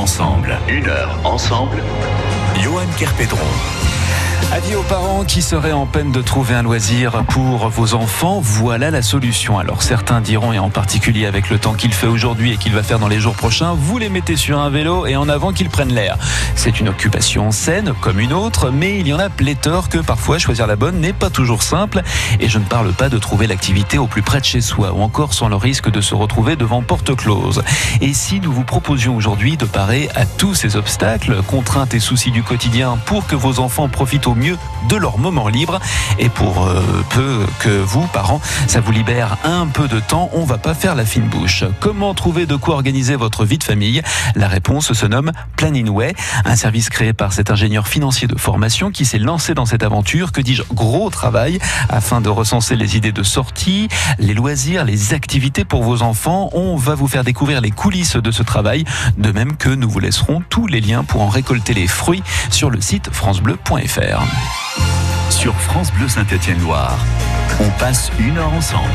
ensemble. 1 heure ensemble. Johan Kerpedron. Avis aux parents qui seraient en peine de trouver un loisir pour vos enfants, voilà la solution. Alors certains diront, et en particulier avec le temps qu'il fait aujourd'hui et qu'il va faire dans les jours prochains, vous les mettez sur un vélo et en avant qu'ils prennent l'air. C'est une occupation saine comme une autre, mais il y en a pléthore que parfois choisir la bonne n'est pas toujours simple. Et je ne parle pas de trouver l'activité au plus près de chez soi, ou encore sans le risque de se retrouver devant porte close. Et si nous vous proposions aujourd'hui de parer à tous ces obstacles, contraintes et soucis du quotidien pour que vos enfants profitent au mieux de leur moment libre, et pour peu que vous, parents, ça vous libère un peu de temps, on va pas faire la fine bouche. Comment trouver de quoi organiser votre vie de famille? La réponse se nomme Planninway, un service créé par cet ingénieur financier de formation qui s'est lancé dans cette aventure, que dis-je, gros travail, afin de recenser les idées de sortie, les loisirs, les activités pour vos enfants. On va vous faire découvrir les coulisses de ce travail, de même que nous vous laisserons tous les liens pour en récolter les fruits sur le site francebleu.fr. Sur France Bleu Saint-Étienne-Loire, on passe 1 heure ensemble.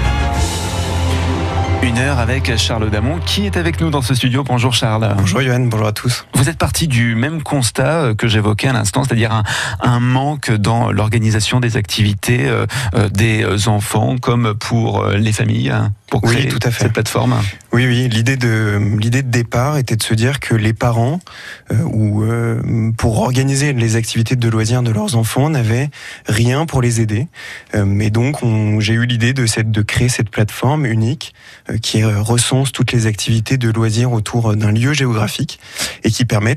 1 heure avec Charles Damon qui est avec nous dans ce studio. Bonjour Charles. Bonjour Johan, bonjour à tous. Vous êtes parti du même constat que j'évoquais à l'instant, c'est-à-dire un manque dans l'organisation des activités des enfants comme pour les familles pour créer tout à fait. Cette plateforme. Oui, l'idée de départ était de se dire que les parents, pour organiser les activités de loisirs de leurs enfants, n'avaient rien pour les aider. Et donc, j'ai eu l'idée de créer cette plateforme unique qui recense toutes les activités de loisirs autour d'un lieu géographique et qui permet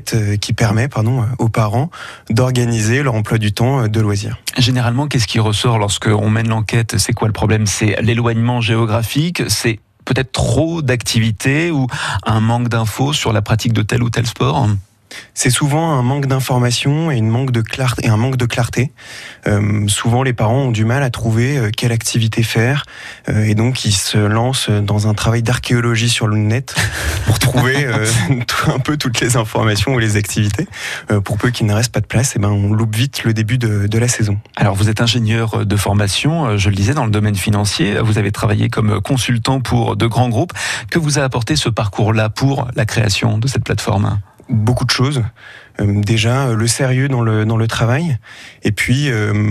aux parents d'organiser leur emploi du temps de loisirs. Généralement, qu'est-ce qui ressort lorsqu'on mène l'enquête? C'est quoi le problème? C'est l'éloignement géographique? C'est peut-être trop d'activités ou un manque d'infos sur la pratique de tel ou tel sport? C'est souvent un manque d'information et un manque de clarté. Souvent, les parents ont du mal à trouver quelle activité faire, et donc ils se lancent dans un travail d'archéologie sur le net pour trouver un peu toutes les informations ou les activités. Pour peu qu'il ne reste pas de place, on loupe vite le début de la saison. Alors, vous êtes ingénieur de formation, je le disais, dans le domaine financier. Vous avez travaillé comme consultant pour de grands groupes. Que vous a apporté ce parcours-là pour la création de cette plateforme? Beaucoup de choses. Déjà, le sérieux dans le travail, et puis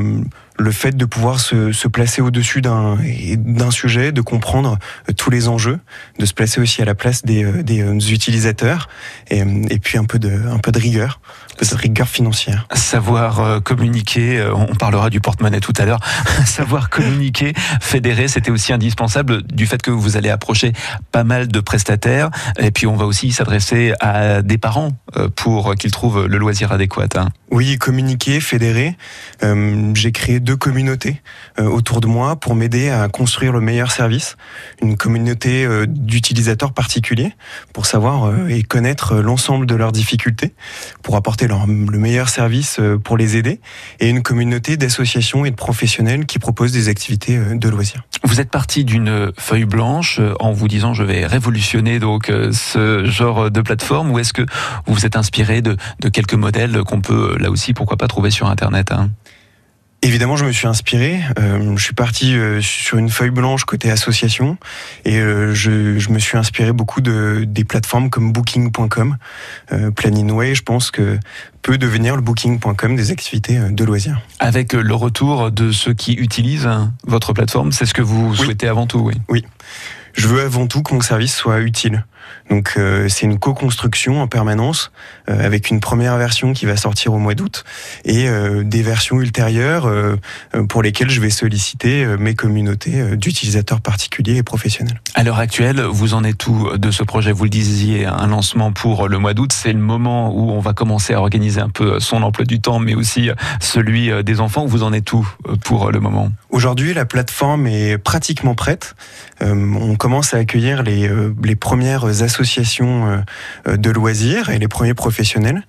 le fait de pouvoir se placer au-dessus d'un sujet, de comprendre tous les enjeux, de se placer aussi à la place des utilisateurs, et puis un peu de rigueur. De rigueur financière. Savoir communiquer, on parlera du porte-monnaie tout à l'heure, savoir communiquer, fédérer, c'était aussi indispensable du fait que vous allez approcher pas mal de prestataires, et puis on va aussi s'adresser à des parents pour qu'ils trouvent le loisir adéquat. Oui, communiquer, fédérer. J'ai créé 2 communautés autour de moi pour m'aider à construire le meilleur service. Une communauté d'utilisateurs particuliers pour savoir et connaître l'ensemble de leurs difficultés, pour apporter le meilleur service pour les aider, et une communauté d'associations et de professionnels qui proposent des activités de loisirs. Vous êtes parti d'une feuille blanche en vous disant je vais révolutionner donc ce genre de plateforme, ou est-ce que vous vous êtes inspiré de quelques modèles qu'on peut là aussi pourquoi pas trouver sur internet? Évidemment, je me suis inspiré. Je suis parti sur une feuille blanche côté association, et je me suis inspiré beaucoup des plateformes comme Booking.com. Planninway, je pense que peut devenir le Booking.com des activités de loisirs. Avec le retour de ceux qui utilisent votre plateforme, c'est ce que vous souhaitez avant tout, Oui. Je veux avant tout que mon service soit utile. Donc c'est une co-construction en permanence, avec une première version qui va sortir au mois d'août, et des versions ultérieures pour lesquelles je vais solliciter mes communautés d'utilisateurs particuliers et professionnels. À l'heure actuelle, vous en êtes où de ce projet? Vous le disiez, un lancement pour le mois d'août, c'est le moment où on va commencer à organiser un peu son emploi du temps, mais aussi celui des enfants. Vous en êtes où pour le moment? Aujourd'hui, la plateforme est pratiquement prête. On commence à accueillir les premières associations de loisirs et les premiers professionnels.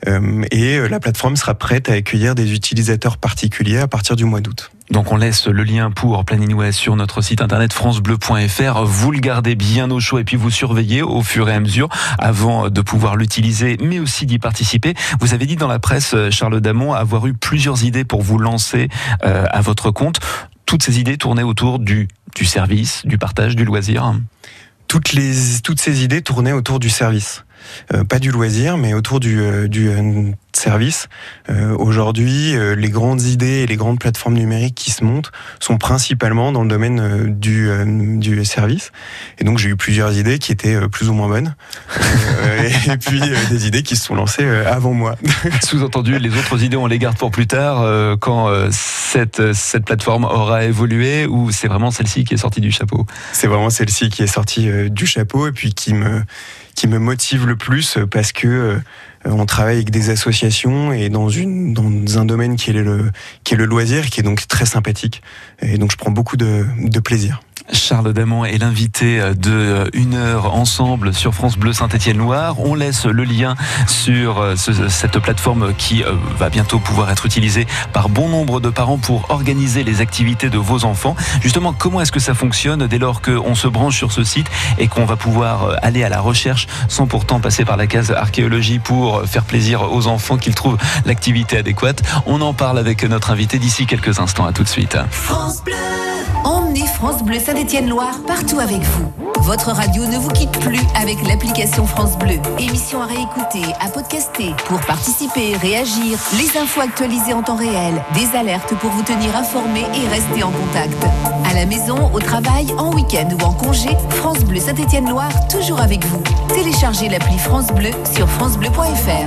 Et la plateforme sera prête à accueillir des utilisateurs particuliers à partir du mois d'août. Donc on laisse le lien pour Planninway sur notre site internet francebleu.fr. Vous le gardez bien au chaud et puis vous surveillez au fur et à mesure avant de pouvoir l'utiliser, mais aussi d'y participer. Vous avez dit dans la presse, Charles Damon, avoir eu plusieurs idées pour vous lancer à votre compte. Toutes ces idées tournaient autour du service, du partage, du loisir. Toutes ces idées tournaient autour du service. pas du loisir, mais autour du service. Aujourd'hui, les grandes idées et les grandes plateformes numériques qui se montent sont principalement dans le domaine du service. Et donc j'ai eu plusieurs idées qui étaient plus ou moins bonnes, et puis des idées qui se sont lancées avant moi. Sous-entendu, les autres idées on les garde pour plus tard, quand cette plateforme aura évolué, ou c'est vraiment celle-ci qui est sortie du chapeau? C'est vraiment celle-ci qui est sortie du chapeau, et puis qui me motive le plus, parce que on travaille avec des associations et dans un domaine qui est le loisir, qui est donc très sympathique, et donc je prends beaucoup de plaisir. Charles Damon est l'invité de 1 heure ensemble sur France Bleu Saint-Étienne-Loire. On laisse le lien sur cette plateforme qui va bientôt pouvoir être utilisée par bon nombre de parents pour organiser les activités de vos enfants. Justement, comment est-ce que ça fonctionne dès lors qu'on se branche sur ce site et qu'on va pouvoir aller à la recherche sans pourtant passer par la case archéologie pour faire plaisir aux enfants, qu'ils trouvent l'activité adéquate? On en parle avec notre invité d'ici quelques instants. À tout de suite. France Bleu. Emmenez France Bleu Saint-Étienne-Loire partout avec vous. Votre radio ne vous quitte plus avec l'application France Bleu. Émissions à réécouter, à podcaster. Pour participer, réagir, les infos actualisées en temps réel, des alertes pour vous tenir informés et rester en contact. À la maison, au travail, en week-end ou en congé, France Bleu Saint-Étienne-Loire, toujours avec vous. Téléchargez l'appli France Bleu sur francebleu.fr.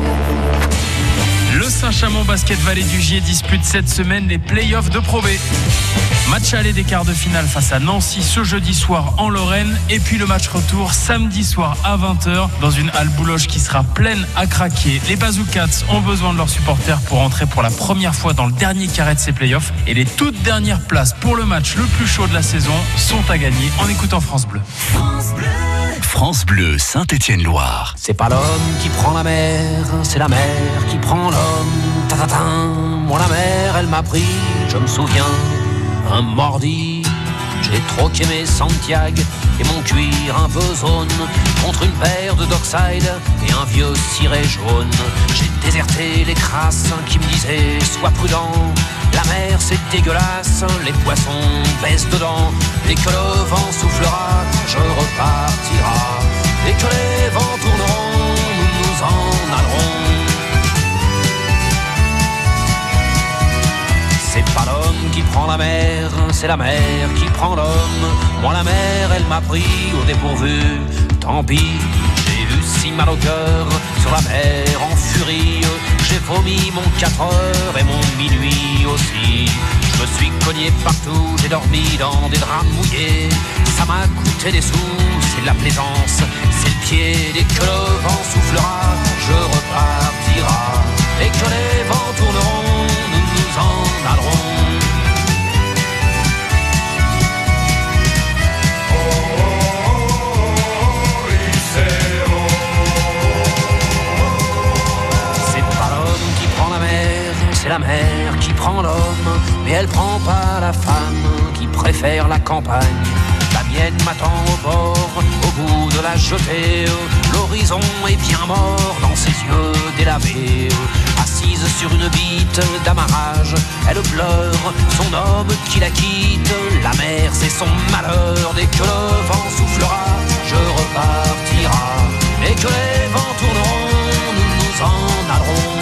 Le Saint-Chamond Basket Vallée du Gier dispute cette semaine les play-offs de Pro B. Match aller des quarts de finale face à Nancy ce jeudi soir en Lorraine, et puis le match retour samedi soir à 20h dans une halle Bouloche qui sera pleine à craquer. Les Bazookats ont besoin de leurs supporters pour entrer pour la première fois dans le dernier carré de ces play-offs, et les toutes dernières places pour le match le plus chaud de la saison sont à gagner en écoutant France Bleu. France Bleu Saint-Étienne-Loire. C'est pas l'homme qui prend la mer, c'est la mer qui prend l'homme. Ta-ta-ta. Moi la mer, elle m'a pris, je me souviens, un mordi. J'ai troqué mes Santiago et mon cuir un peu zone contre une paire de Dockside et un vieux ciré jaune. J'ai déserté les crasses qui me disaient sois prudent. La mer c'est dégueulasse, les poissons baissent dedans. Dès que le vent soufflera, je repartira. Dès que les vents tourneront, nous nous en allerons. C'est pas l'homme qui prend la mer, c'est la mer qui prend l'homme. Moi la mer, elle m'a pris au dépourvu, tant pis. J'ai eu si mal au cœur sur la mer en furie. J'ai vomi mon 4 heures et mon minuit aussi. Je me suis cogné partout, j'ai dormi dans des draps mouillés. Ça m'a coûté des sous, c'est de la plaisance, c'est le pied. Dès que le vent soufflera, je repartira. Dès que les vents tourneront, nous nous en allerons. C'est la mer qui prend l'homme, mais elle prend pas la femme qui préfère la campagne. La mienne m'attend au bord, au bout de la jetée. L'horizon est bien mort dans ses yeux délavés. Assise sur une bite d'amarrage, elle pleure son homme qui la quitte. La mer c'est son malheur, dès que le vent soufflera, je repartira. Dès que les vents tourneront, nous nous en allerons.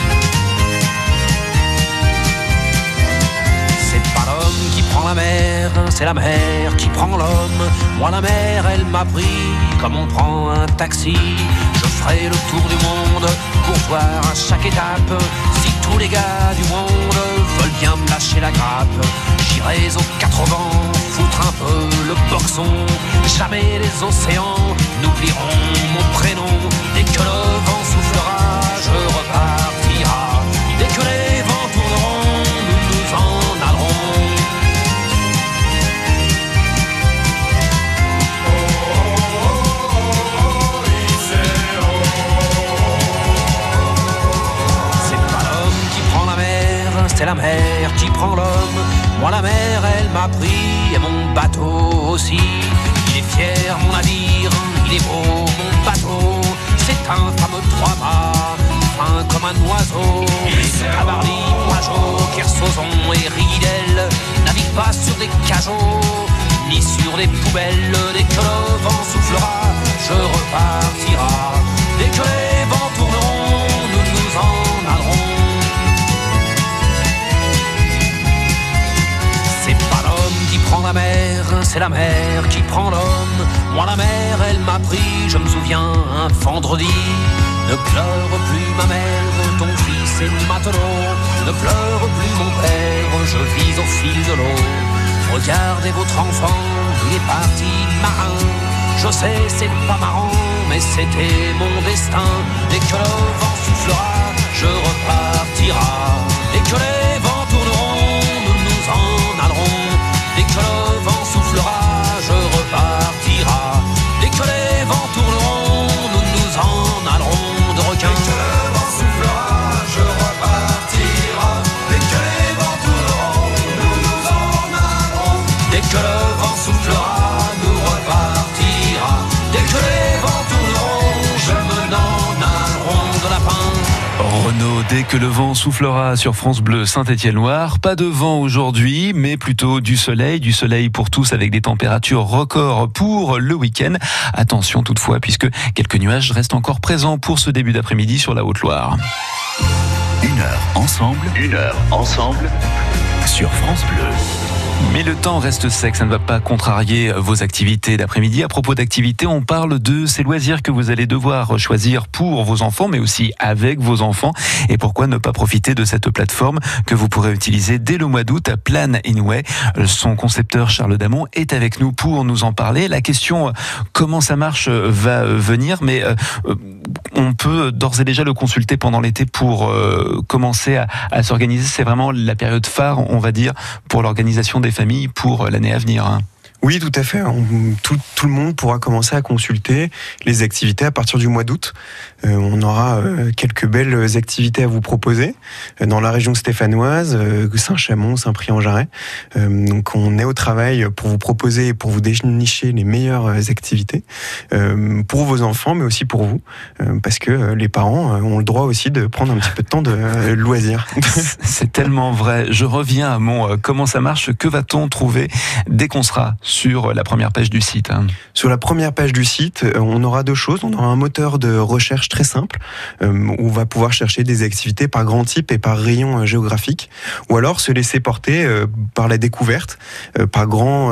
Qui prend la mer, c'est la mer qui prend l'homme. Moi la mer, elle m'a pris comme on prend un taxi. Je ferai le tour du monde pour voir à chaque étape si tous les gars du monde veulent bien me lâcher la grappe. J'irai aux 4 vents, foutre un peu le boxon. Jamais les océans n'oublieront mon prénom. Dès que le vent soufflera, je repartira. Dès que les vents tourneront, nous nous en allerons. C'est la mer qui prend l'homme. Moi la mer elle m'a pris et mon bateau aussi. Il est fier mon navire, il est beau mon bateau. C'est un fameux 3-mâts, fin comme un oiseau. Tabarly, Pajot, Kersozon et Ridel naviguent pas sur des cajots. finis sur les poubelles. Dès que le vent soufflera, je repartira. Dès que les vents tourneront, nous nous en allerons. C'est pas l'homme qui prend la mer, c'est la mer qui prend l'homme. Moi la mer, elle m'a pris, je me souviens, un vendredi. Ne pleure plus ma mère, ton fils est matelot. Ne pleure plus mon père, je vis au fil de l'eau. Regardez votre enfant, il est parti marin. Je sais, c'est pas marrant, mais c'était mon destin. Dès que le vent soufflera, je repartira. Dès que les vents tourneront, nous nous en allerons. Dès que le vent soufflera, je repartira. Dès que les vents tourneront, nous nous en allerons de requins. Dès que le vent soufflera, je repartira. Dès que les vents tourneront, nous nous en allerons. Dès que le vent soufflera, nous repartira. Dès que les vents tourneront, je me n'en allerons de lapin. Renaud, dès que le vent soufflera sur France Bleu Saint-Étienne-Loire. Pas de vent aujourd'hui, mais plutôt du soleil pour tous avec des températures records pour le week-end. Attention toutefois, puisque quelques nuages restent encore présents pour ce début d'après-midi sur la Haute-Loire. 1 heure ensemble sur France Bleu. Mais le temps reste sec, ça ne va pas contrarier vos activités d'après-midi. À propos d'activités, on parle de ces loisirs que vous allez devoir choisir pour vos enfants, mais aussi avec vos enfants. Et pourquoi ne pas profiter de cette plateforme que vous pourrez utiliser dès le mois d'août, Plan Inway. Son concepteur Charles Damon est avec nous pour nous en parler. La question comment ça marche va venir, mais on peut d'ores et déjà le consulter pendant l'été pour commencer à s'organiser. C'est vraiment la période phare, on va dire, pour l'organisation des familles pour l'année à venir. Oui, tout à fait. Tout le monde pourra commencer à consulter les activités à partir du mois d'août. On aura quelques belles activités à vous proposer dans la région stéphanoise, Saint-Chamond, Saint-Prix-en-Jarret. Donc on est au travail pour vous proposer et pour vous dénicher les meilleures activités pour vos enfants, mais aussi pour vous, parce que les parents ont le droit aussi de prendre un petit peu de temps de loisir. C'est tellement vrai. Je reviens à mon comment ça marche. Que va-t-on trouver dès qu'on sera sur la première page du site? Sur la première page du site, on aura deux choses. On aura un moteur de recherche très simple, où on va pouvoir chercher des activités par grand type et par rayon géographique, ou alors se laisser porter par la découverte, par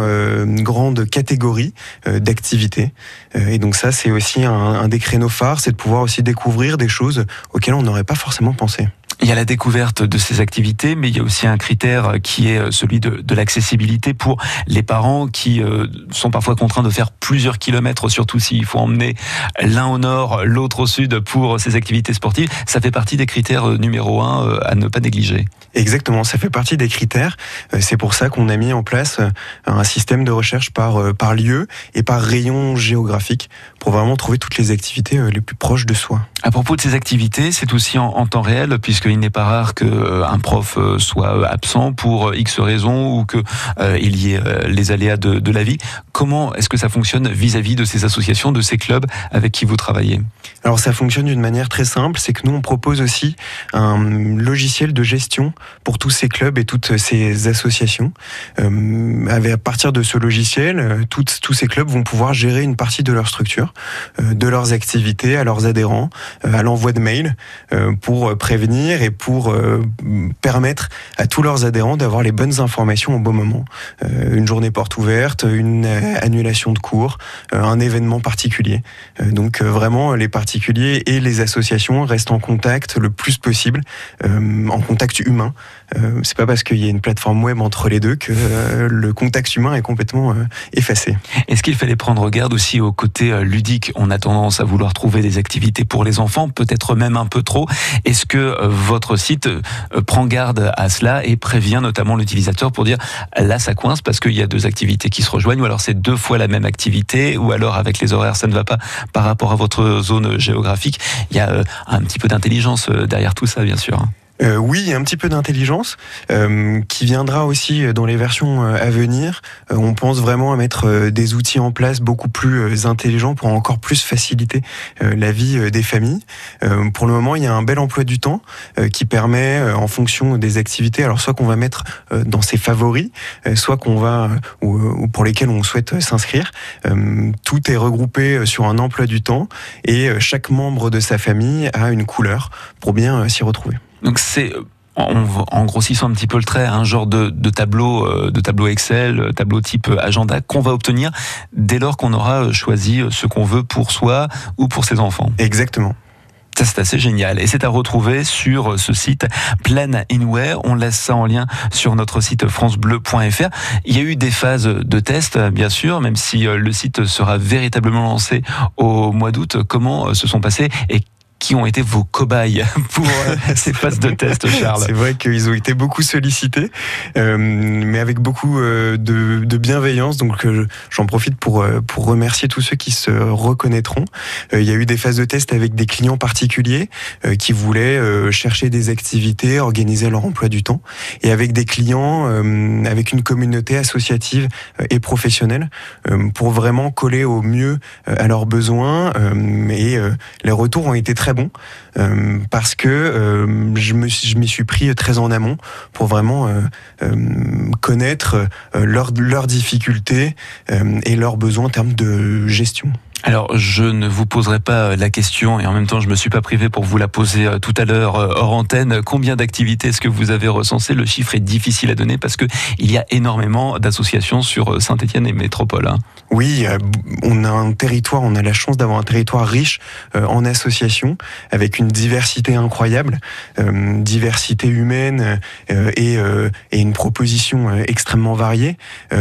grande catégorie d'activités. Et donc ça, c'est aussi un des créneaux phares, c'est de pouvoir aussi découvrir des choses auxquelles on n'aurait pas forcément pensé. Il y a la découverte de ces activités, mais il y a aussi un critère qui est celui de l'accessibilité pour les parents qui sont parfois contraints de faire plusieurs kilomètres, surtout s'il faut emmener l'un au nord, l'autre au sud pour ces activités sportives. Ça fait partie des critères numéro 1 à ne pas négliger. Exactement, ça fait partie des critères. C'est pour ça qu'on a mis en place un système de recherche par lieu et par rayon géographique pour vraiment trouver toutes les activités les plus proches de soi. À propos de ces activités, c'est aussi en temps réel, puisqu'il n'est pas rare qu'un prof soit absent pour X raisons ou qu'il y ait les aléas de la vie. Comment est-ce que ça fonctionne vis-à-vis de ces associations, de ces clubs avec qui vous travaillez? Alors ça fonctionne d'une manière très simple, c'est que nous on propose aussi un logiciel de gestion pour tous ces clubs et toutes ces associations. À partir de ce logiciel, tous ces clubs vont pouvoir gérer une partie de leur structure, de leurs activités à leurs adhérents, à l'envoi de mails pour prévenir et pour permettre à tous leurs adhérents d'avoir les bonnes informations au bon moment. Une journée porte ouverte, une annulation de cours, un événement particulier. Donc vraiment les particuliers et les associations restent en contact le plus possible, en contact humain. C'est pas parce qu'il y a une plateforme web entre les deux que le contact humain est complètement effacé. Est-ce qu'il fallait prendre garde aussi au côté ludique? On a tendance à vouloir trouver des activités pour les enfants, peut-être même un peu trop. Est-ce que votre site prend garde à cela et prévient notamment l'utilisateur pour dire là ça coince parce qu'il y a deux activités qui se rejoignent, ou alors c'est 2 fois la même activité, ou alors avec les horaires ça ne va pas par rapport à votre zone géographique? Il y a un petit peu d'intelligence derrière tout ça, bien sûr. Oui, il y a un petit peu d'intelligence qui viendra aussi dans les versions à venir. On pense vraiment à mettre des outils en place beaucoup plus intelligents pour encore plus faciliter la vie des familles. Pour le moment, il y a un bel emploi du temps qui permet, en fonction des activités, alors soit qu'on va mettre dans ses favoris, soit qu'on va ou pour lesquels on souhaite s'inscrire. Tout est regroupé sur un emploi du temps et chaque membre de sa famille a une couleur pour bien s'y retrouver. Donc c'est, en grossissant un petit peu le trait, un genre de tableau Excel, tableau type agenda qu'on va obtenir dès lors qu'on aura choisi ce qu'on veut pour soi ou pour ses enfants. Exactement. Ça, c'est assez génial. Et c'est à retrouver sur ce site Plan Inway. On laisse ça en lien sur notre site francebleu.fr. Il y a eu des phases de test, bien sûr, même si le site sera véritablement lancé au mois d'août. Comment se sont passés et qui ont été vos cobayes pour ces phases de test, Charles? C'est vrai qu'ils ont été beaucoup sollicités, mais avec beaucoup de bienveillance. Donc j'en profite pour remercier tous ceux qui se reconnaîtront. Il y a eu des phases de test avec des clients particuliers qui voulaient chercher des activités, organiser leur emploi du temps, et avec des clients avec une communauté associative et professionnelle pour vraiment coller au mieux à leurs besoins. Et les retours ont été très bon parce que je m'y suis pris très en amont pour vraiment connaître leurs difficultés et leurs besoins en termes de gestion. Alors, je ne vous poserai pas la question et en même temps, je me suis pas privé pour vous la poser tout à l'heure hors antenne. Combien d'activités est-ce que vous avez recensé? Le chiffre est difficile à donner parce que il y a énormément d'associations sur Saint-Étienne et Métropole. Hein. Oui, on a la chance d'avoir un territoire riche en associations avec une diversité incroyable, diversité humaine et une proposition extrêmement variée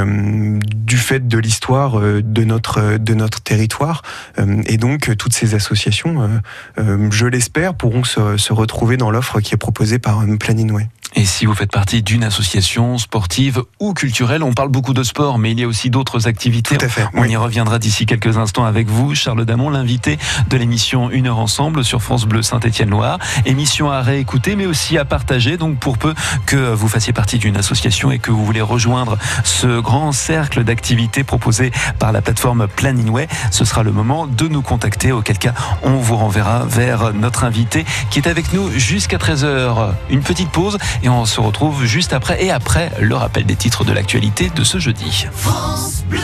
du fait de l'histoire de notre territoire. Et donc, toutes ces associations, je l'espère, pourront se retrouver dans l'offre qui est proposée par Plan Inway. Et si vous faites partie d'une association sportive ou culturelle, on parle beaucoup de sport, mais il y a aussi d'autres activités. Tout à fait. On y reviendra d'ici quelques instants avec vous, Charles Damon, l'invité de l'émission 1 heure ensemble sur France Bleu Saint-Étienne-Loire. Émission à réécouter, mais aussi à partager. Donc, pour peu que vous fassiez partie d'une association et que vous voulez rejoindre ce grand cercle d'activités proposé par la plateforme Plan Inway, ce sera le moment de nous contacter. Auquel cas, on vous renverra vers notre invité qui est avec nous jusqu'à 13h. Une petite pause. Et on se retrouve juste après, et après le rappel des titres de l'actualité de ce jeudi. France Bleu.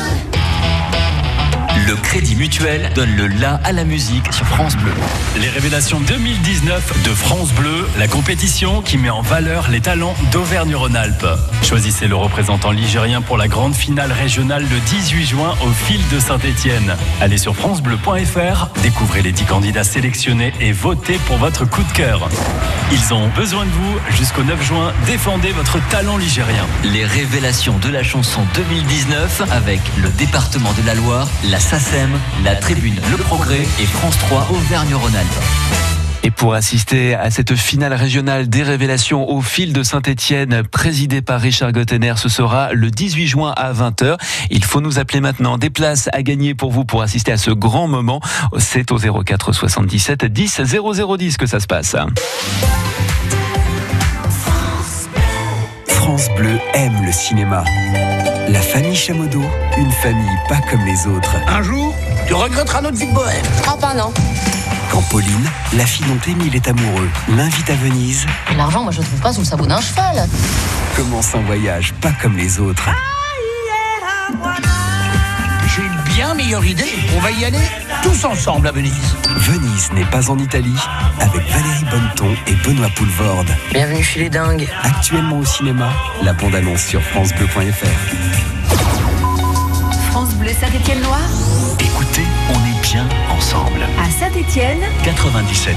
Le Crédit Mutuel donne le la à la musique sur France Bleu. Les révélations 2019 de France Bleu, la compétition qui met en valeur les talents d'Auvergne-Rhône-Alpes. Choisissez le représentant ligérien pour la grande finale régionale le 18 juin au Fil de Saint-Étienne. Allez sur francebleu.fr, découvrez les 10 candidats sélectionnés et votez pour votre coup de cœur. Ils ont besoin de vous jusqu'au 9 juin. Défendez votre talent ligérien. Les révélations de la chanson 2019 avec le département de la Loire, la SACEM, la Tribune Le Progrès et France 3 Auvergne-Rhône-Alpes. Et pour assister à cette finale régionale des révélations au Fil de Saint-Étienne, présidée par Richard Gottener, ce sera le 18 juin à 20h. Il faut nous appeler maintenant. Des places à gagner pour vous pour assister à ce grand moment. C'est au 04 77 10 0010 que ça se passe. France Bleu aime le cinéma. La famille Chamodo, une famille pas comme les autres. Un jour, tu regretteras notre vie de bohème. Oh, ben non. Quand Pauline, la fille dont Émile est amoureux, l'invite à Venise. L'argent, moi, je le trouve pas sous le sabot d'un cheval. Commence un voyage pas comme les autres. J'ai une bien meilleure idée. On va y aller tous ensemble à Venise. Venise n'est pas en Italie, avec Valérie Bonneton et Benoît Poulvorde. Bienvenue chez les dingues. Actuellement au cinéma, la bande-annonce sur francebleu.fr. France Bleu Saint-Étienne-Loire. Écoutez, on est bien ensemble. À Saint-Étienne, 97.1.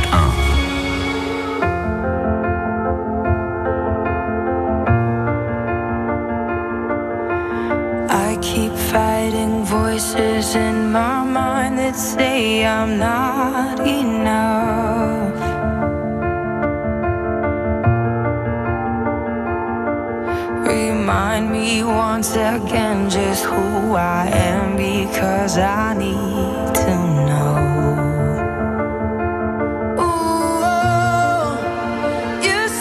I keep fighting voices in my mind that say I'm not enough. Remind me once again just who I am, because I need to know. Ooh, you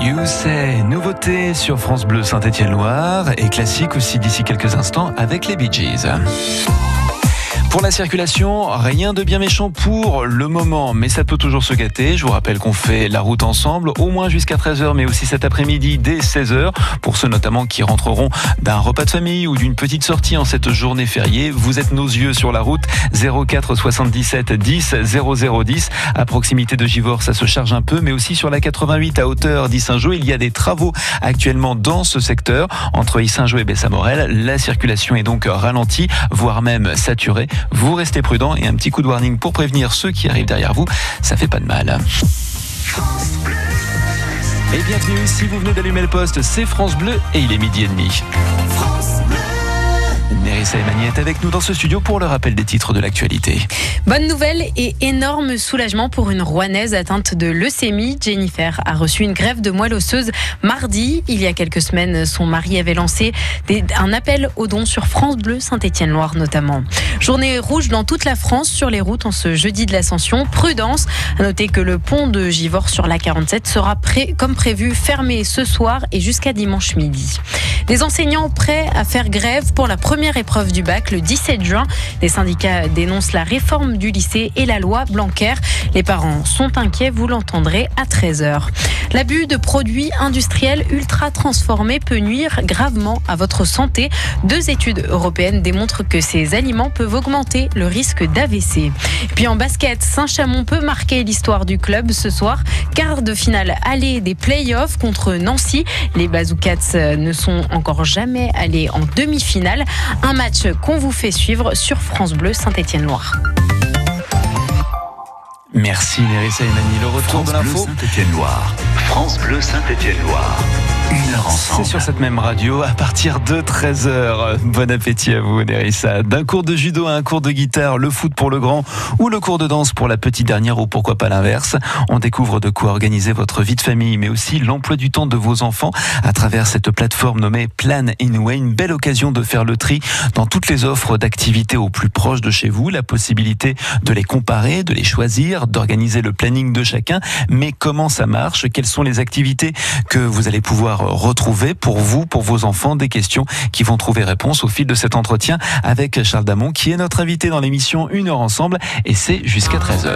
You Say, nouveauté sur France Bleu Saint-Étienne-Loire et classique aussi d'ici quelques instants avec les Bee Gees. Pour la circulation, rien de bien méchant pour le moment, mais ça peut toujours se gâter. Je vous rappelle qu'on fait la route ensemble, au moins jusqu'à 13h, mais aussi cet après-midi dès 16h. Pour ceux notamment qui rentreront d'un repas de famille ou d'une petite sortie en cette journée fériée, vous êtes nos yeux sur la route. 04 77 10 00 10. À proximité de Givors, ça se charge un peu, mais aussi sur la 88 à hauteur d'Issingeaux. Il y a des travaux actuellement dans ce secteur. Entre Issingeaux et Bessamorel, la circulation est donc ralentie, voire même saturée. Vous restez prudents et un petit coup de warning pour prévenir ceux qui arrivent derrière vous, ça fait pas de mal. Et bienvenue, si vous venez d'allumer le poste, c'est France Bleu et il est 12h30. Nerissa Emani est avec nous dans ce studio pour le rappel des titres de l'actualité. Bonne nouvelle et énorme soulagement pour une Rouennaise atteinte de leucémie. Jennifer a reçu une greffe de moelle osseuse mardi. Il y a quelques semaines, son mari avait lancé un appel aux dons sur France Bleu Saint-Étienne-Loire notamment. Journée rouge dans toute la France sur les routes en ce jeudi de l'Ascension. Prudence, à noter que le pont de Givors sur la 47 sera comme prévu fermé ce soir et jusqu'à dimanche midi. Des enseignants prêts à faire grève pour la première épreuve du bac le 17 juin. Les syndicats dénoncent la réforme du lycée et la loi Blanquer. Les parents sont inquiets, vous l'entendrez à 13h. L'abus de produits industriels ultra transformés peut nuire gravement à votre santé. 2 études européennes démontrent que ces aliments peuvent augmenter le risque d'AVC. Et puis en basket, Saint-Chamond peut marquer l'histoire du club ce soir. Quart de finale aller des play-offs contre Nancy. Les Bazookas ne sont encore jamais allés en demi-finale. Un match qu'on vous fait suivre sur France Bleu Saint-Étienne-Loire. Merci Nerissa Emani. Le retour France de l'info. Bleu Saint-Étienne-Loire. France Bleu Saint-Étienne-Loire. 1 heure ensemble. C'est sur cette même radio à partir de 13h. Bon appétit à vous Nerissa. D'un cours de judo à un cours de guitare, le foot pour le grand ou le cours de danse pour la petite dernière ou pourquoi pas l'inverse. On découvre de quoi organiser votre vie de famille mais aussi l'emploi du temps de vos enfants à travers cette plateforme nommée Plan Inway. Une belle occasion de faire le tri dans toutes les offres d'activités au plus proche de chez vous. La possibilité de les comparer, de les choisir, d'organiser le planning de chacun. Mais comment ça marche? Quelles sont les activités que vous allez pouvoir retrouver pour vous, pour vos enfants? Des questions qui vont trouver réponse au fil de cet entretien avec Charles Damon qui est notre invité dans l'émission 1 heure ensemble et c'est jusqu'à 13h.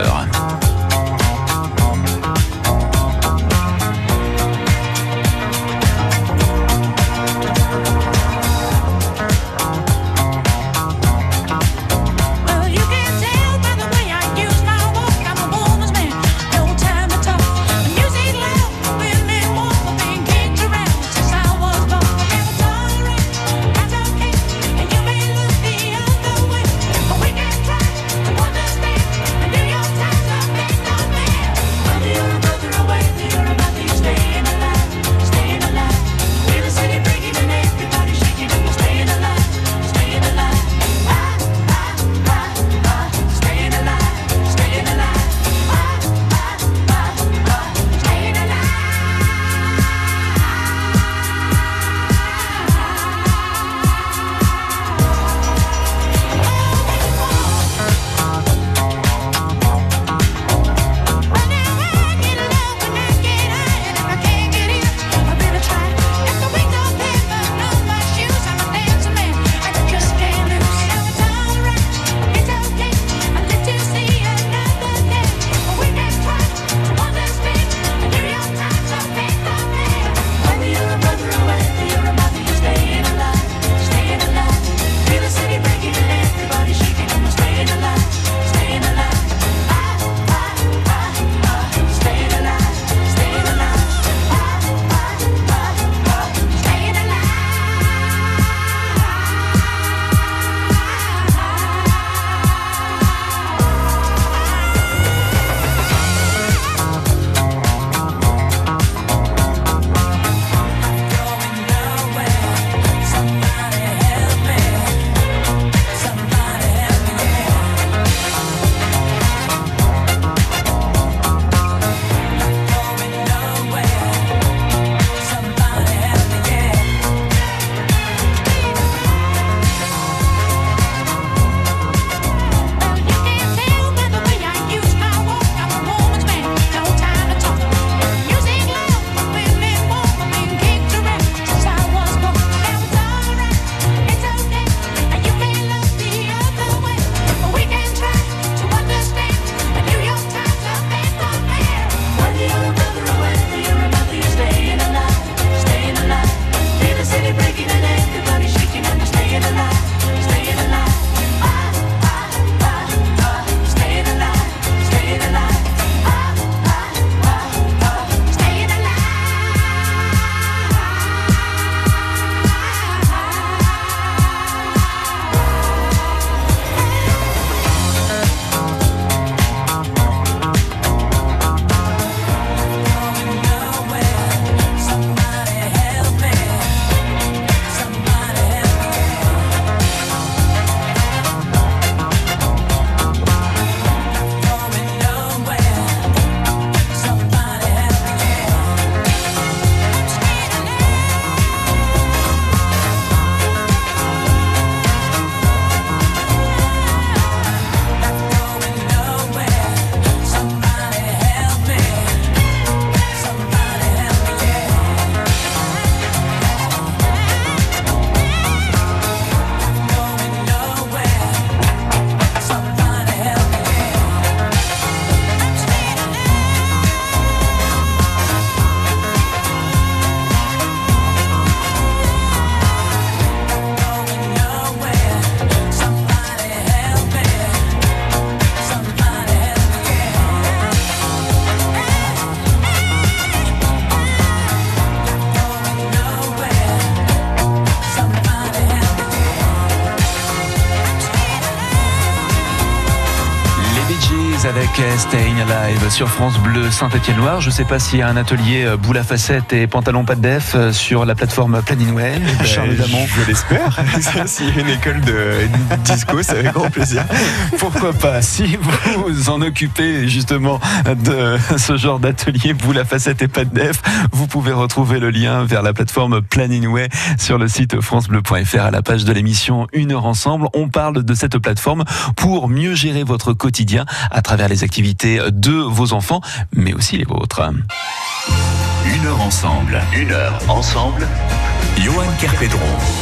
avec Staying Alive sur France Bleu Saint-Étienne-Loire. Je ne sais pas s'il y a un atelier boule à facettes et pantalon pas de def sur la plateforme Planinway. Charles Damon. Je l'espère. S'il y a une école de disco, c'est avec grand plaisir. Pourquoi pas? Si vous en occupez justement de ce genre d'atelier boule à facettes et pas de def, vous pouvez retrouver le lien vers la plateforme Planinway sur le site francebleu.fr à la page de l'émission Une heure ensemble. On parle de cette plateforme pour mieux gérer votre quotidien à travers les activités de vos enfants, mais aussi les vôtres. Une heure ensemble. Une heure ensemble. Johan Kerpédron.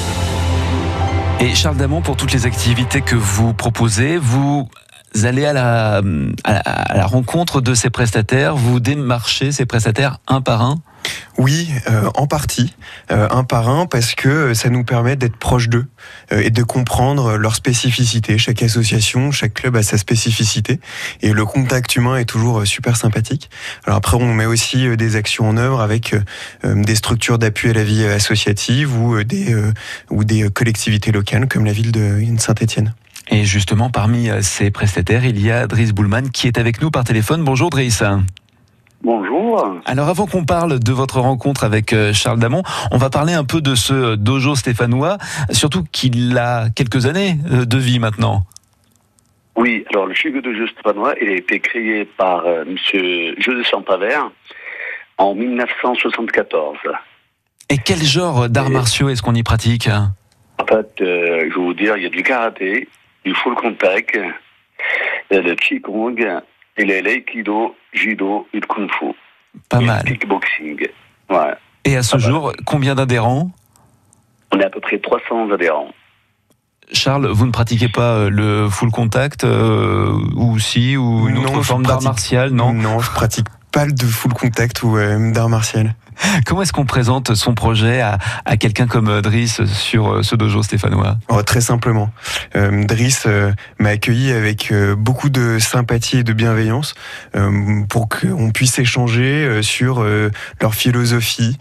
Et Charles Damon, pour toutes les activités que vous proposez, vous allez à la rencontre de ces prestataires, vous démarchez ces prestataires un par un? Oui, en partie, un par un, parce que ça nous permet d'être proche d'eux et de comprendre leurs spécificités. Chaque association, chaque club a sa spécificité et le contact humain est toujours super sympathique. Alors après, on met aussi des actions en œuvre avec des structures d'appui à la vie associative ou des collectivités locales comme la ville de Saint-Étienne. Et justement, parmi ces prestataires, il y a Driss Boulman qui est avec nous par téléphone. Bonjour Driss. Bonjour. Alors avant qu'on parle de votre rencontre avec Charles Damon, on va parler un peu de ce dojo stéphanois, surtout qu'il a quelques années de vie maintenant. Oui, alors le Chic Dojo stéphanois, il a été créé par monsieur José Champavert en 1974. Et quel genre d'arts martiaux est-ce qu'on y pratique? En fait, je vais vous dire, il y a du karaté, du full contact, il y a le qigong, et l'aïkido, judo et le kung-fu. Pas mal. Le kickboxing. Ouais. Et à ce jour, combien d'adhérents? On est à peu près 300 adhérents. Charles, vous ne pratiquez pas le full contact ou si, ou une autre forme d'art martial, non? Non, je pratique pas de full contact ou d'art martial. Comment est-ce qu'on présente son projet à quelqu'un comme Driss sur ce dojo stéphanois? Très simplement. Driss m'a accueilli avec beaucoup de sympathie et de bienveillance pour qu'on puisse échanger sur leur philosophie,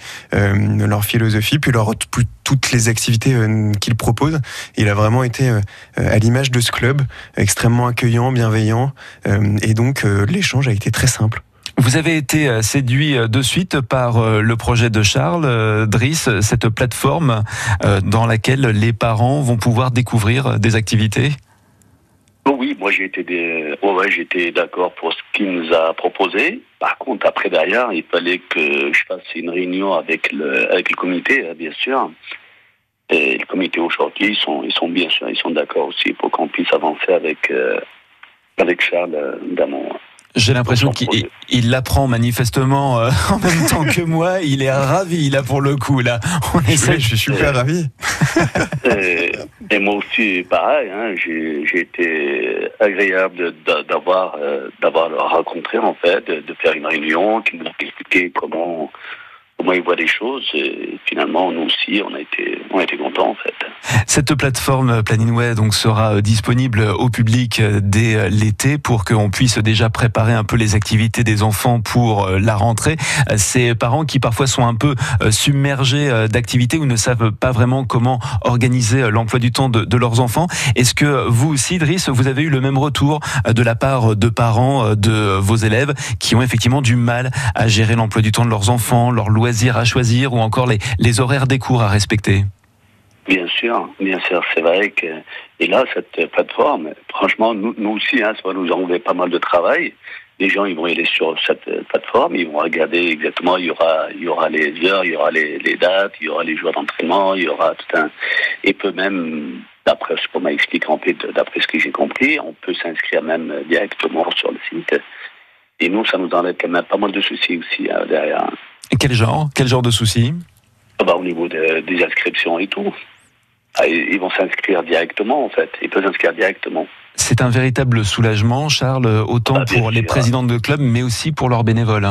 puis toutes les activités qu'il propose. Il a vraiment été à l'image de ce club, extrêmement accueillant, bienveillant, et donc l'échange a été très simple. Vous avez été séduit de suite par le projet de Charles, Driss, cette plateforme dans laquelle les parents vont pouvoir découvrir des activités? Oui, moi j'ai été d'accord pour ce qu'il nous a proposé. Par contre, après derrière, il fallait que je fasse une réunion avec le comité, bien sûr. Et le comité aujourd'hui, ils sont bien sûr, ils sont d'accord aussi pour qu'on puisse avancer avec Charles Damon. J'ai l'impression qu'il l'apprend manifestement en même temps que moi. Il est ravi là pour le coup là. Je suis super ravi. Et moi aussi, pareil. J'ai été agréable d'avoir le rencontré en fait, de faire une réunion, qui nous expliquait comment il voit les choses. Et finalement, nous aussi, on a été contents en fait. Cette plateforme Planinway donc sera disponible au public dès l'été pour qu'on puisse déjà préparer un peu les activités des enfants pour la rentrée. Ces parents qui parfois sont un peu submergés d'activités ou ne savent pas vraiment comment organiser l'emploi du temps de leurs enfants. Est-ce que vous aussi, Driss, vous avez eu le même retour de la part de parents de vos élèves qui ont effectivement du mal à gérer l'emploi du temps de leurs enfants, leurs loisirs à choisir ou encore les horaires des cours à respecter? Bien sûr, c'est vrai que et là cette plateforme, franchement, nous aussi, ça va nous enlever pas mal de travail. Les gens, ils vont aller sur cette plateforme, ils vont regarder exactement, il y aura les heures, il y aura les dates, il y aura les jours d'entraînement, il y aura tout un, et peut même, d'après ce qu'on m'a expliqué en fait, d'après ce que j'ai compris, on peut s'inscrire même directement sur le site. Et nous, ça nous enlève quand même pas mal de soucis aussi derrière. Et quel genre de soucis? Au niveau des inscriptions et tout. Ils vont s'inscrire directement, en fait. Ils peuvent s'inscrire directement. C'est un véritable soulagement, Charles, autant pour les présidents de club, mais aussi pour leurs bénévoles.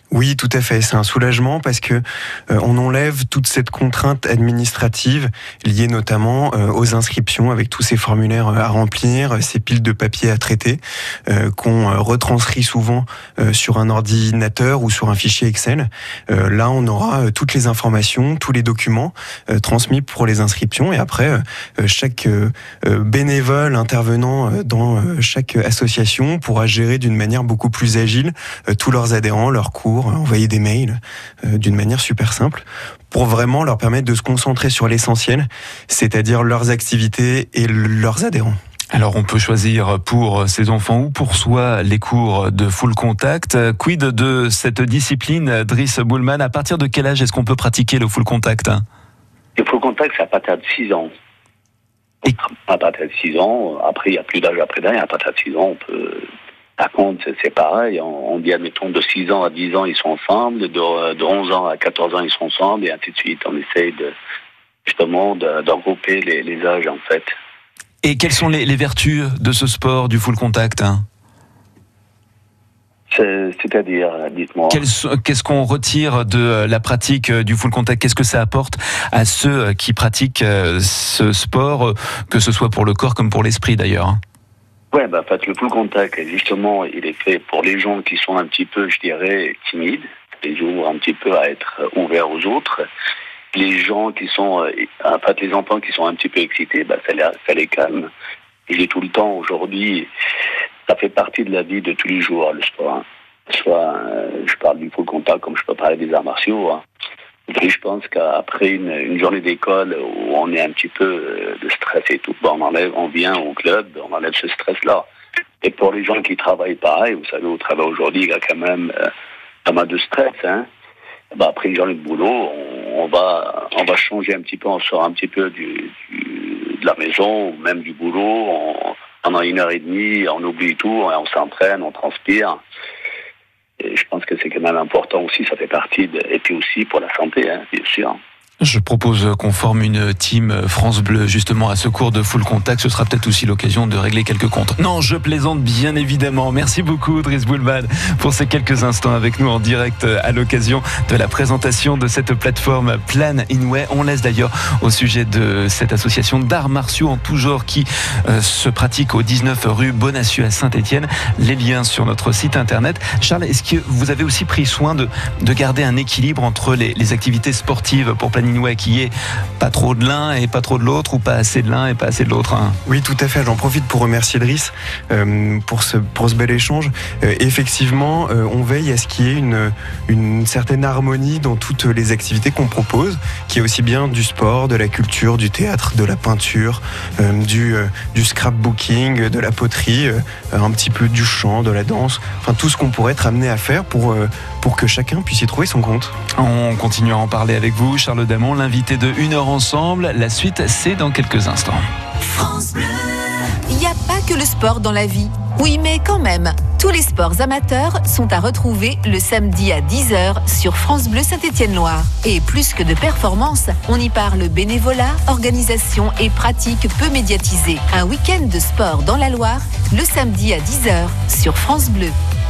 Oui, tout à fait. C'est un soulagement parce que on enlève toute cette contrainte administrative liée notamment aux inscriptions avec tous ces formulaires à remplir, ces piles de papier à traiter qu'on retranscrit souvent sur un ordinateur ou sur un fichier Excel. Là, on aura toutes les informations, tous les documents transmis pour les inscriptions et après, chaque bénévole intervenant dans chaque association pourra gérer d'une manière beaucoup plus agile tous leurs adhérents, leurs cours, envoyer des mails d'une manière super simple pour vraiment leur permettre de se concentrer sur l'essentiel, c'est-à-dire leurs activités et leurs adhérents. Alors on peut choisir pour ses enfants ou pour soi les cours de full contact. Quid de cette discipline, Driss Boulman? À partir de quel âge est-ce qu'on peut pratiquer le full contact? Le full contact, c'est à partir de 6 ans. À partir de 6 ans, après il n'y a plus d'âge après d'un, à partir de 6 ans on peut... Par contre, c'est pareil, on dit, admettons, de 6 ans à 10 ans, ils sont ensemble, de 11 ans à 14 ans, ils sont ensemble, et ainsi de suite. On essaye justement de regrouper les âges, en fait. Et quelles sont les vertus de ce sport, du full contact? C'est-à-dire, dites-moi. Qu'est-ce qu'on retire de la pratique du full contact? Qu'est-ce que ça apporte à ceux qui pratiquent ce sport, que ce soit pour le corps comme pour l'esprit, d'ailleurs? Ouais, en fait, le full contact, justement, il est fait pour les gens qui sont un petit peu, je dirais, timides, les ouvre un petit peu à être ouverts aux autres. Les gens qui sont, en fait, les enfants qui sont un petit peu excités, ça les calme. Et j'ai tout le temps, aujourd'hui, ça fait partie de la vie de tous les jours, le sport. Soit, je parle du full contact comme je peux parler des arts martiaux. Et je pense qu'après une journée d'école où on est un petit peu de stress et tout, on vient au club, on enlève ce stress-là. Et pour les gens qui travaillent pareil, vous savez, au travail aujourd'hui, il y a quand même pas mal de stress. Après une journée de boulot, on va changer un petit peu, on sort un petit peu de la maison, ou même du boulot, pendant 1h30, on oublie tout, on s'entraîne, on transpire. Et je pense que c'est quand même important aussi, ça fait partie et puis aussi pour la santé, bien sûr. Je propose qu'on forme une team France Bleu justement à ce cours de full contact. Ce sera peut-être aussi l'occasion de régler quelques comptes. Non, je plaisante bien évidemment. Merci beaucoup Driss Boulman pour ces quelques instants avec nous en direct à l'occasion de la présentation de cette plateforme Plan Inway. On laisse d'ailleurs au sujet de cette association d'arts martiaux en tout genre qui se pratique au 19 rue Bonacieux à Saint-Étienne. Les liens sur notre site internet. Charles, est-ce que vous avez aussi pris soin de garder un équilibre entre les activités sportives pour Plan Inway, qui est pas trop de l'un et pas trop de l'autre, ou pas assez de l'un et pas assez de l'autre? Oui, tout à fait. J'en profite pour remercier Driss pour ce bel échange. Effectivement, on veille à ce qu'il y ait une certaine harmonie dans toutes les activités qu'on propose, qui est aussi bien du sport, de la culture, du théâtre, de la peinture, du scrapbooking, de la poterie, un petit peu du chant, de la danse, enfin tout ce qu'on pourrait être amené à faire pour que chacun puisse y trouver son compte. On continue à en parler avec vous, Charles Damon, l'invité de 1 heure ensemble. La suite, c'est dans quelques instants. France Bleu. Il n'y a pas que le sport dans la vie. Oui, mais quand même, tous les sports amateurs sont à retrouver le samedi à 10h sur France Bleu Saint-Étienne-Loire. Et plus que de performance, on y parle bénévolat, organisation et pratiques peu médiatisées. Un week-end de sport dans la Loire, le samedi à 10h sur France Bleu.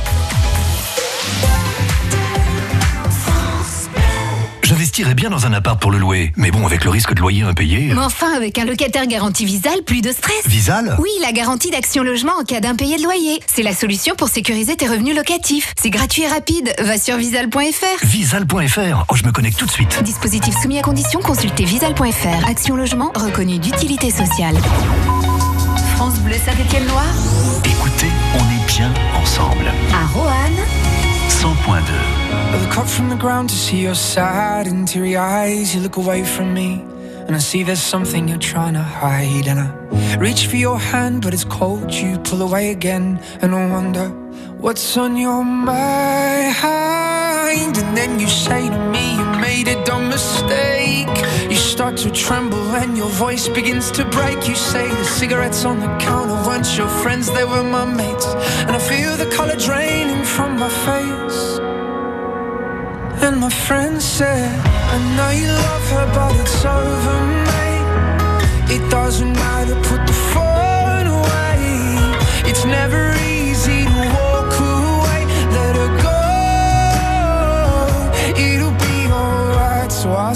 J'investirais bien dans un appart pour le louer. Mais bon, avec le risque de loyer impayé... Mais enfin, avec un locataire garanti Visal, plus de stress. Visal ? Oui, la garantie d'Action Logement en cas d'impayé de loyer. C'est la solution pour sécuriser tes revenus locatifs. C'est gratuit et rapide. Va sur visal.fr. Visal.fr. Oh, je me connecte tout de suite. Dispositif soumis à condition, consultez visal.fr. Action Logement reconnue d'utilité sociale. France Bleu Saint-Étienne-Loire. Écoutez, on est bien ensemble. À Roanne. 100.2. I look up from the ground to see your sad and teary eyes. You look away from me and I see there's something you're trying to hide. And I reach for your hand but it's cold. You pull away again and I wonder what's on your mind. And then you say to me you made a dumb mistake. You start to tremble and your voice begins to break. You say the cigarettes on the counter weren't your friends, they were my mates. And I feel the color draining from my face. And my friend said, I know you love her but it's over, mate. It doesn't matter, put the phone away. It's never easy to walk away, let her go.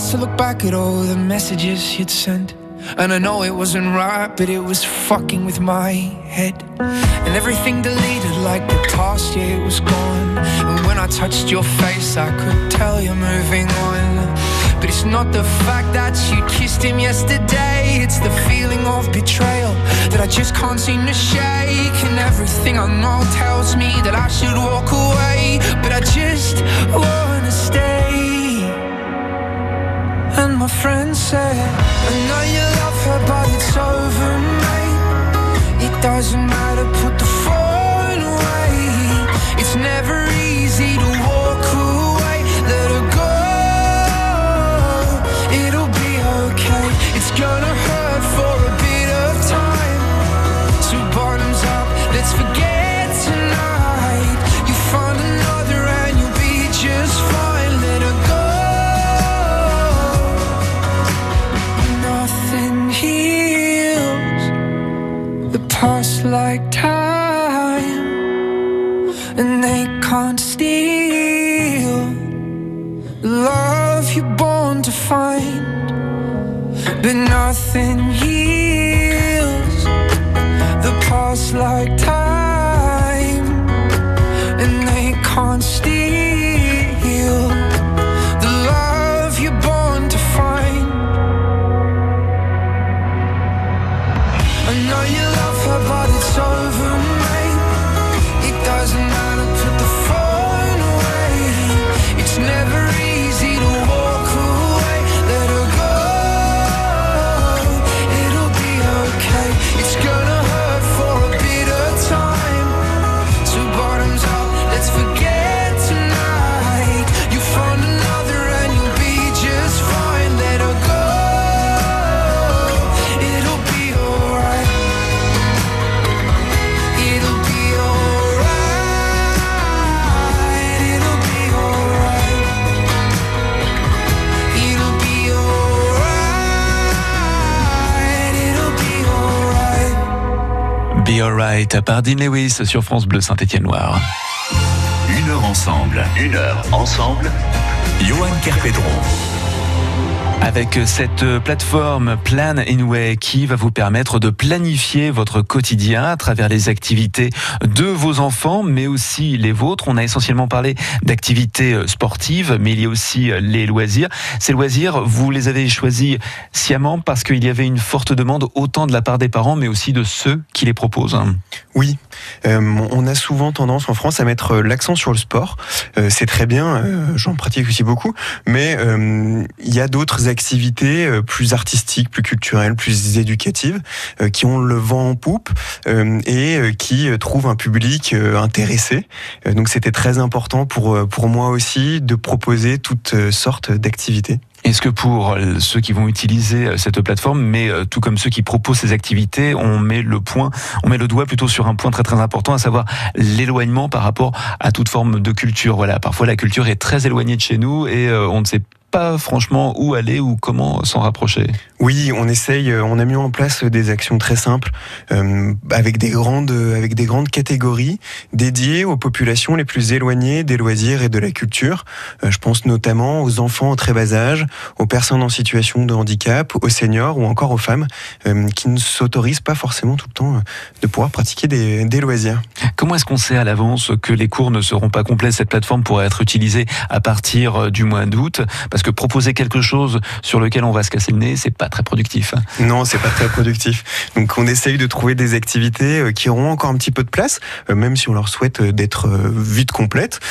to look back at all the messages you'd sent. And I know it wasn't right, but it was fucking with my head. And everything deleted like the past, yeah, it was gone. And when I touched your face, I could tell you're moving on. But it's not the fact that you kissed him yesterday, it's the feeling of betrayal that I just can't seem to shake. And everything I know tells me that I should walk away, but I just wanna stay. And my friend said, I know you love her, but it's over, mate. It doesn't matter, put the phone away. It's never easy to walk away. Let her go, it'll be okay. It's gonna hurt for a bit of time. So bottoms up, let's forget tonight. You find another and you'll be just fine. Let her go. Past like time, and they can't steal the love you're born to find. But nothing heals the past like time, and they can't steal the love you're born to find. I know you love her, but it's over, mate. It doesn't matter, put the phone away. It's never easy to walk away. Let her go, it'll be okay. It's gonna hurt for a bit of time. So bottoms up, let's forget tonight. You find another and you'll be just fine. Let her go, it'll be alright. Be Alright par Dean Lewis sur France Bleu Saint-Étienne-Loire. 1 heure ensemble. 1 heure ensemble. Johan Kerpedron. Avec cette plateforme Plan Anyway qui va vous permettre de planifier votre quotidien à travers les activités de vos enfants, mais aussi les vôtres. On a essentiellement parlé d'activités sportives, mais il y a aussi les loisirs. Ces loisirs, vous les avez choisis sciemment parce qu'il y avait une forte demande autant de la part des parents, mais aussi de ceux qui les proposent. Oui, on a souvent tendance en France à mettre l'accent sur le sport. C'est très bien, j'en pratique aussi beaucoup, mais il y a d'autres activités plus artistiques, plus culturelles, plus éducatives, qui ont le vent en poupe et qui trouvent un public intéressé. Donc c'était très important pour moi aussi de proposer toutes sortes d'activités. Est-ce que pour ceux qui vont utiliser cette plateforme, mais tout comme ceux qui proposent ces activités, on met le doigt plutôt sur un point très très important, à savoir l'éloignement par rapport à toute forme de culture. Voilà, parfois la culture est très éloignée de chez nous et on ne sait pas franchement où aller ou comment s'en rapprocher. Oui, on a mis en place des actions très simples avec des grandes catégories dédiées aux populations les plus éloignées des loisirs et de la culture. Je pense notamment aux enfants en très bas âge, aux personnes en situation de handicap, aux seniors ou encore aux femmes qui ne s'autorisent pas forcément tout le temps de pouvoir pratiquer des loisirs. Comment est-ce qu'on sait à l'avance que les cours ne seront pas complets? Cette plateforme pourrait être utilisée à partir du mois d'août, parce que proposer quelque chose sur lequel on va se casser le nez, c'est pas très productif. Non, c'est pas très productif. Donc on essaye de trouver des activités qui auront encore un petit peu de place, même si on leur souhaite d'être vite complètes.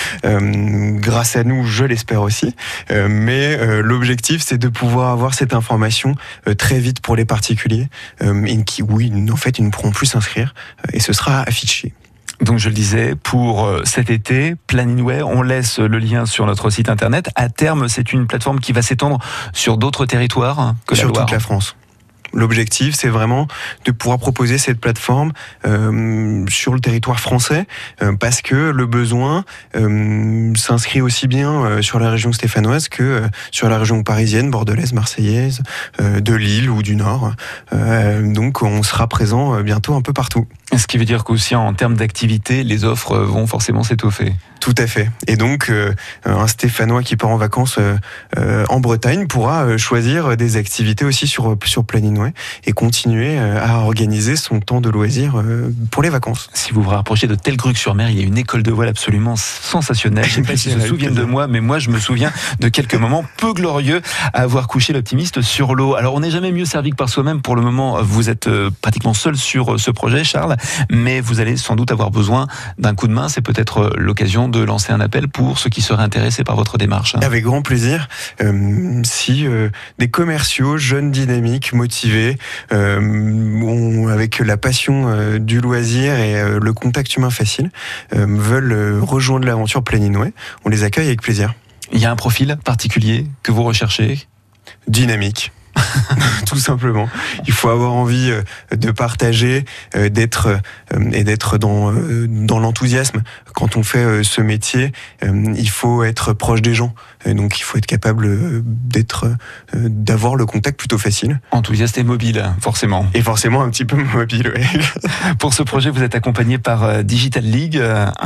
Grâce à nous, je l'espère aussi. Mais l'objectif, c'est de pouvoir avoir cette information très vite pour les particuliers, et qui, oui, en fait, ils ne pourront plus s'inscrire, et ce sera affiché. Donc je le disais, pour cet été, Plan Anyway, on laisse le lien sur notre site internet. À terme, c'est une plateforme qui va s'étendre sur d'autres territoires que la Loire. Sur toute la France. L'objectif, c'est vraiment de pouvoir proposer cette plateforme sur le territoire français, parce que le besoin s'inscrit aussi bien sur la région stéphanoise que sur la région parisienne, bordelaise, marseillaise, de Lille ou du Nord. Donc on sera présent bientôt un peu partout. Ce qui veut dire qu'aussi en termes d'activité, les offres vont forcément s'étoffer. Tout à fait. Et donc, un Stéphanois qui part en vacances en Bretagne pourra choisir des activités aussi sur Planinway et continuer à organiser son temps de loisir pour les vacances. Si vous vous rapprochez de Telgruc-sur-Mer, il y a une école de voile absolument sensationnelle. Je ne sais pas s'ils se souviennent de moi, mais moi je me souviens de quelques moments peu glorieux à avoir couché l'optimiste sur l'eau. Alors on n'est jamais mieux servi que par soi-même. Pour le moment, vous êtes pratiquement seul sur ce projet, Charles, mais vous allez sans doute avoir besoin d'un coup de main. C'est peut-être l'occasion de lancer un appel pour ceux qui seraient intéressés par votre démarche. Avec grand plaisir. Si des commerciaux jeunes, dynamiques, motivés, avec la passion du loisir et le contact humain facile, veulent rejoindre l'aventure Planinway, on les accueille avec plaisir. Il y a un profil particulier que vous recherchez ? Dynamique. Tout simplement. Il faut avoir envie de partager, d'être dans l'enthousiasme. Quand on fait ce métier, il faut être proche des gens. Donc il faut être capable d'avoir le contact plutôt facile. Enthousiaste et mobile, forcément. Et forcément un petit peu mobile, oui. Pour ce projet, vous êtes accompagné par Digital League.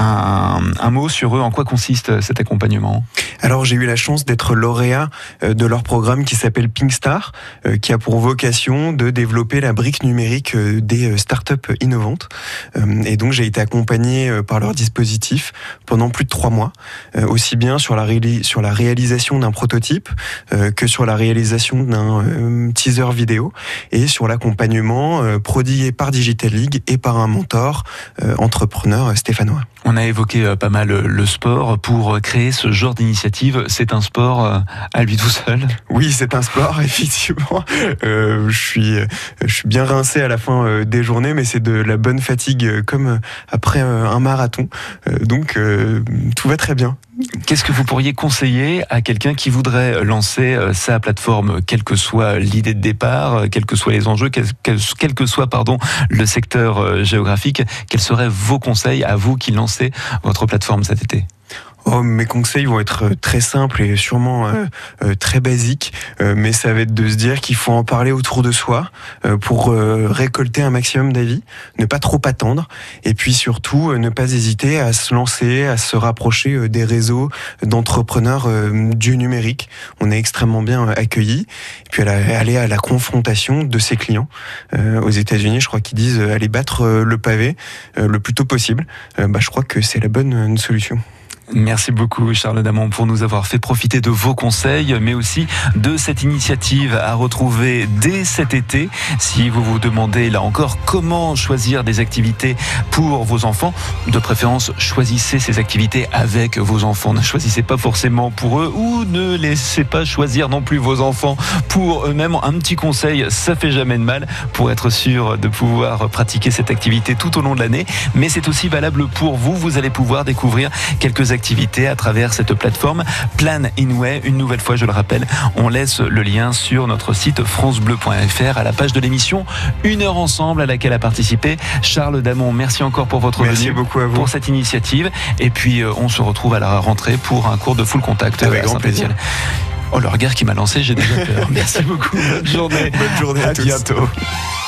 Un mot sur eux, en quoi consiste cet accompagnement ? Alors j'ai eu la chance d'être lauréat de leur programme qui s'appelle Pink Star, qui a pour vocation de développer la brique numérique des startups innovantes. Et donc j'ai été accompagné par leur dispositif pendant plus de 3 mois, aussi bien sur la réalisation d'un prototype que sur la réalisation d'un teaser vidéo et sur l'accompagnement prodigué par Digital League et par un mentor entrepreneur stéphanois. On a évoqué pas mal le sport. Pour créer ce genre d'initiative, c'est un sport à lui tout seul ? Oui, c'est un sport, effectivement. Je suis bien rincé à la fin des journées, mais c'est de la bonne fatigue comme après un marathon. Donc tout va très bien. Qu'est-ce que vous pourriez conseiller à quelqu'un qui voudrait lancer sa plateforme, quelle que soit l'idée de départ, quels que soient les enjeux, quel que soit le secteur géographique? Quels seraient vos conseils à vous qui lancez votre plateforme cet été? Mes conseils vont être très simples et sûrement très basiques, mais ça va être de se dire qu'il faut en parler autour de soi pour récolter un maximum d'avis, ne pas trop attendre, et puis surtout ne pas hésiter à se lancer, à se rapprocher des réseaux d'entrepreneurs du numérique. On est extrêmement bien accueillis, et puis aller à la confrontation de ses clients. Aux États-Unis, je crois qu'ils disent aller battre le pavé le plus tôt possible. Je crois que c'est la bonne solution. Merci beaucoup Charles Damon pour nous avoir fait profiter de vos conseils, mais aussi de cette initiative à retrouver dès cet été. Si vous vous demandez là encore comment choisir des activités pour vos enfants, de préférence choisissez ces activités avec vos enfants. Ne choisissez pas forcément pour eux ou ne laissez pas choisir non plus vos enfants pour eux-mêmes. Un petit conseil, ça fait jamais de mal pour être sûr de pouvoir pratiquer cette activité tout au long de l'année, mais c'est aussi valable pour vous. Vous allez pouvoir découvrir quelques activités à travers cette plateforme Planinway. Une nouvelle fois, je le rappelle, on laisse le lien sur notre site francebleu.fr à la page de l'émission Une heure ensemble à laquelle a participé Charles Damon. Merci encore pour votre venue, beaucoup à vous pour cette initiative. Et puis on se retrouve à la rentrée pour un cours de full contact avec grand plaisir. Oh, le regard qui m'a lancé, j'ai déjà peur. Merci beaucoup. Bonne journée. Bonne journée à tous. Bientôt.